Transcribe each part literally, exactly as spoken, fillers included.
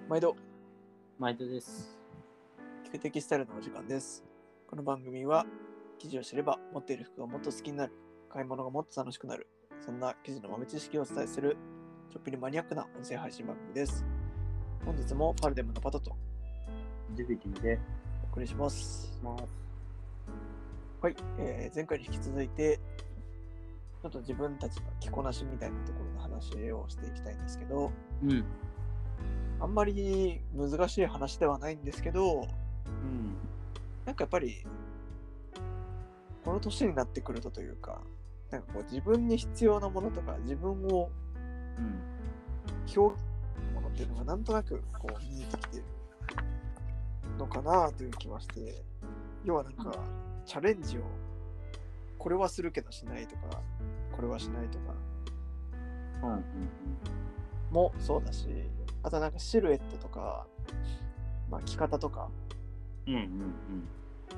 毎度毎度です。 聞くテキスタイルのお時間です。この番組は記事を知れば持っている服がもっと好きになる、買い物がもっと楽しくなる、そんな記事の豆知識をお伝えするちょっぴりマニアックな音声配信番組です。本日もファルデムのパトとジュビリーでお送りします。 ます。 はい、えー、前回に引き続いてちょっと自分たちの着こなしみたいなところの話をしていきたいんですけど、 うん。 あんまり難しい話ではないんですけど、 うん。 なんかやっぱりこの年になってくるとというか、なんかこう自分に必要なものとか自分をうん。 表現するものっていうのがなんとなくこう見えてきてるのかなという気はして、要はなんかチャレンジをこれはするけどしないとか、これはしないとかうん。うん。 もそうだし、あとなんかシルエットとか、まあ着方とか、 うん。うん。うん。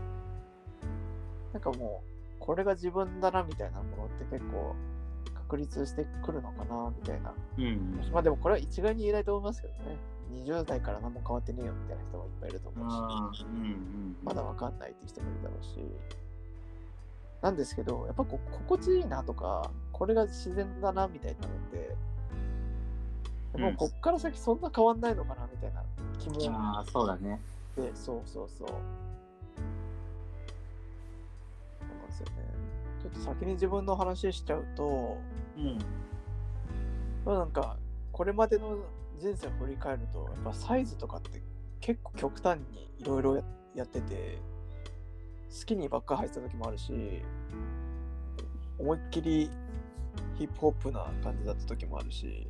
なんかもうこれが自分だなみたいなものって結構確立してくるのかなみたいな。 うん。 まあでもこれは一概に言えないと思いますけどね。にじゅう代から何も変わってねえよみたいな人もいっぱいいると思うし、 あーうん。うん。 まだわかんないっていう人もいるだろうし。なんですけど、やっぱこう心地いいなとか、これが自然だなみたいなのって、もうこっから先そんな変わんないのかなみたいな気も。 ああ、そうだね。 で、そうそうそう。そうなんですよね。ちょっと先に自分の話しちゃうと、 うん。 まあなんかこれまでの人生を振り返ると、やっぱサイズとかって結構極端にいろいろやってて、スキニーばっか入ってた時もあるし、思いっきりヒップホップな感じだった時もあるし、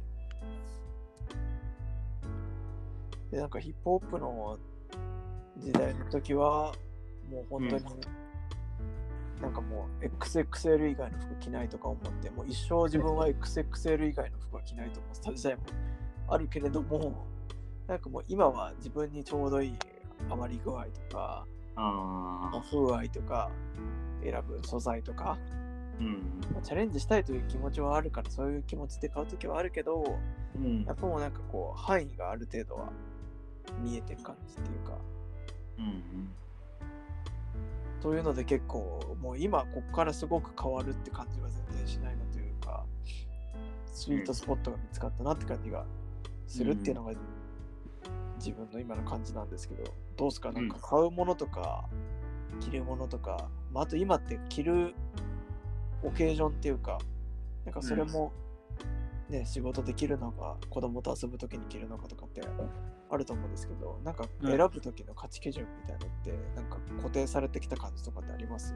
でなんかヒップホップの時代の時はもう本当に、うん、なんかもう エックスエックスエル 以外の服着ないとか思って、もう一生自分は エックスエックスエル 以外の服は着ないと思ってた時代もあるけれども、なんかもう今は自分にちょうどいい余り具合とか、 あ風合いとか選ぶ素材とか、 うんまあ、チャレンジしたいという気持ちはあるから、そういう気持ちで買うときはあるけど、 うん。 やっぱもうなんかこう範囲がある程度は見えてる感じっていうか、 うん。うん。 というので結構もう今こっからすごく変わるって感じは全然しないのというか、スイートスポットが見つかったなって感じがするっていうのが自分の今の感じなんですけど、どうですか？なんか買うものとか着るものとか、まあ、あと今って着るオケージョンっていうか、なんかそれもね、うん、仕事で着るのか子供と遊ぶときに着るのかとかってあると思うんですけど、なんか選ぶときの価値基準みたいなのってなんか固定されてきた感じとかってあります？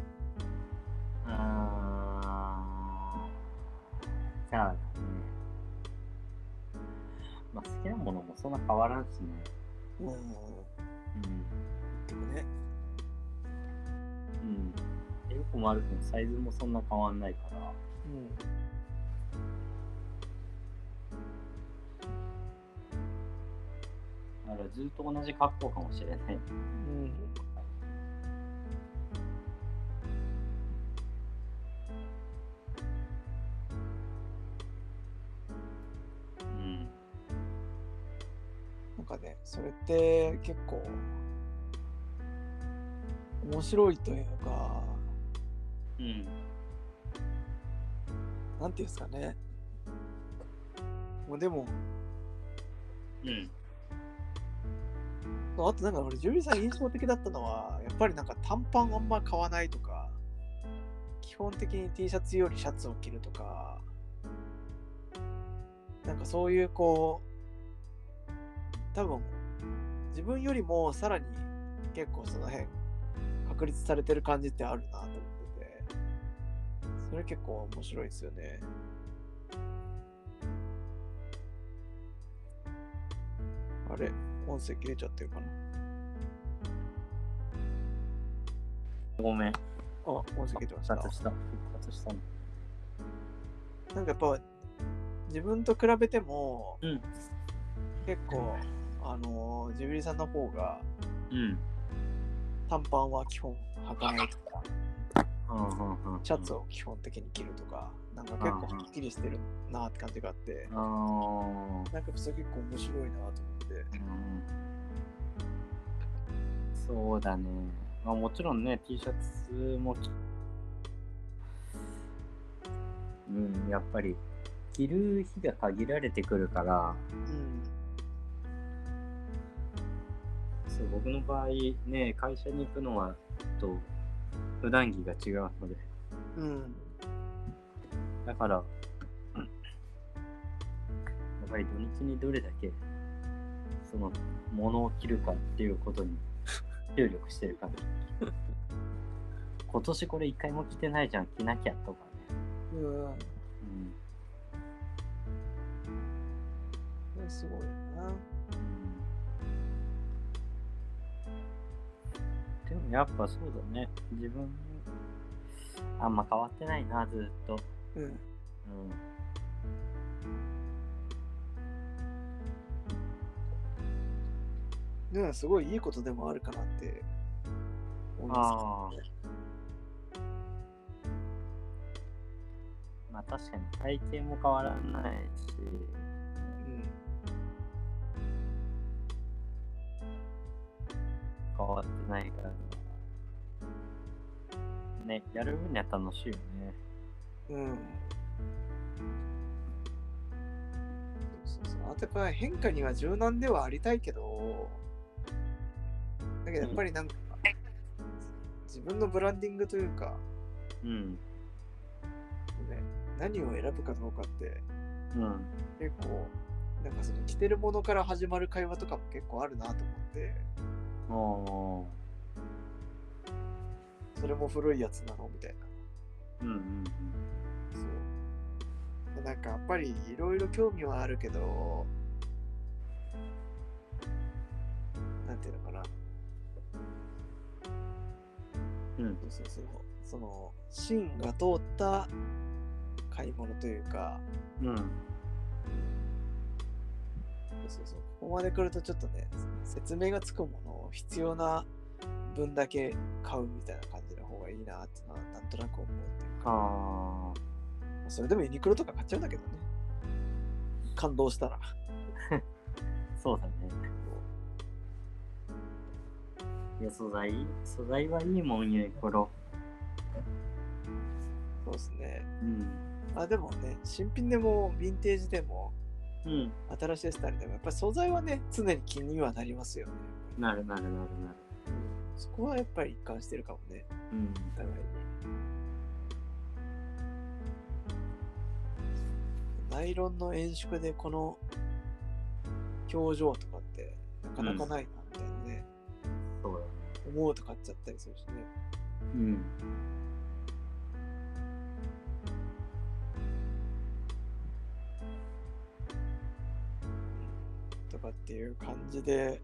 あーじゃあね、まあ好きなものもそんな変わらんしね。 うん。うん。結局ね。 うん。よくも悪くもサイズもそんな変わんないから。 うん。 だからずっと同じ格好かもしれない。うん。うん。 なんかね、それって結構面白いというか、 うん。 なんていうんですかね。もうでも、 うん。 あとなんか俺、ジュリーさん印象的だったのは、やっぱりなんか短パンあんま買わないとか、基本的に T シャツよりシャツを着るとか、なんかそういうこう、多分自分よりもさらに結構その辺確立されてる感じってあるなと思ってて、それ結構面白いですよね。あれ、音声切れちゃってるかな。 ごめん。 あ、音声切れてました。 復活した。復活したの。 なんかやっぱ自分と比べても、 うん、 結構あのー、ジブリさんの方が、 うん、 短パンは基本履かないとか、 うんうんうん、 シャツを基本的に着るとか、なんか結構はっきりしてるなって感じがあって、 うん、 なんかそれ結構面白いなと思っ 。 うん、そうだね。まあもちろんね、T シャツもき、うん、やっぱり着る日が限られてくるから、 うん。 そう僕の場合ね、会社に行くのはと普段着が違うので、 うん。 だから、やっぱり土日にどれだけそのものを着るかっていうことに注力してる感じ。今年これ一回も着てないじゃん、着なきゃとかね。 うん。 うんすごいな。 でもやっぱそうだね。自分あんま変わってないな、ずっと。 うん。 うん。 ね、すごいいいことでもあるかなって思いますけどね。 まあ確かに体型も変わらないし、 うん。 変わってないからね、やる分には楽しいよね。 うん。そうそうそう。あとやっぱり変化には柔軟ではありたいけど、だけどやっぱりなんか、自分のブランディングというか、 うん。 ね、何を選ぶかどうかって、 うん。 結構、なんかその着てるものから始まる会話とかも結構あるなと思って、 おー。 それも古いやつなのみたいな。 うんうんうん。 そう。なんかやっぱりいろいろ興味はあるけど、なんていうのかな。 うん。 そうそうそう。その、芯が通った買い物というか、 うん。 そうそう。ここまで来るとちょっとね、説明がつくものを必要な分だけ買うみたいな感じの方がいいなってのはなんとなく思うっていうか。 ああ。それでもユニクロとか買っちゃうんだけどね。感動したら。 そうだね。いや、素材素材はいいもん、ユニクロ。 そうですね。 うん。 あ、でもね、新品でもヴィンテージでも、 うん。 新しいスタイルでも、やっぱり素材はね、常に気にはなりますよね。 なるなるなるなる。 うん、そこはやっぱり一貫してるかもね。 うん。 お互いに。ナイロンの円縮でこの表情とかってなかなかないなみたいなね。 うん、そうだね。 思うと買っちゃったりするしね。 うん。 とかっていう感じで、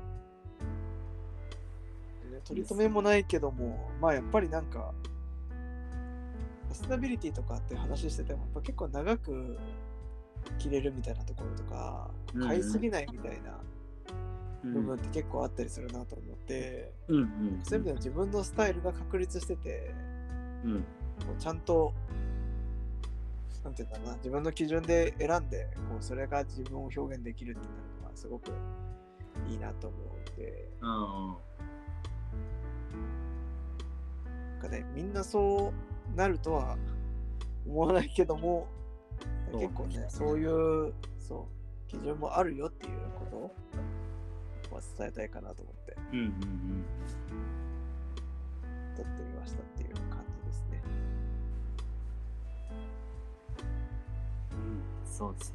取り留めもないけども、まあやっぱりなんか、サステナビリティとかって話してても、やっぱ結構長く着れるみたいなところとか、買いすぎないみたいな部分って結構あったりするなと思って、 うんうんうん、 そういう意味では自分のスタイルが確立してて、 うん、 こうちゃんと、なんていうんだろうな、自分の基準で選んで、こうそれが自分を表現できるってなるのはすごくいいなと思うんで、 うんなんかね、みんなそうなるとは思わないけども、結構ね、そういうそう基準もあるよっていうことを伝えたいかなと思って、 うんうんうん、 撮ってみましたっていう感じですね。 うん、そうですね。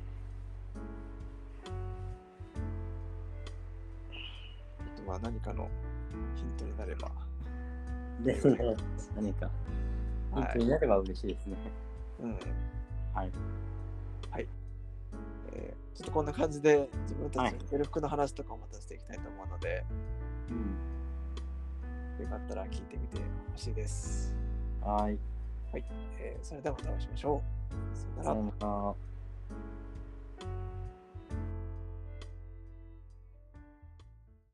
あとは何かのヒントになれば。 ですね。何かヒントになれば嬉しいですね。 うん。 はい。 はい。えー、ちょっとこんな感じで自分たちの着てる服の話とかをまたしていきたいと思うので、はい、よかったら聞いてみてほしいです。 はい。 はい。えー、それではまたお会いしましょう。さよなら。 さよなら。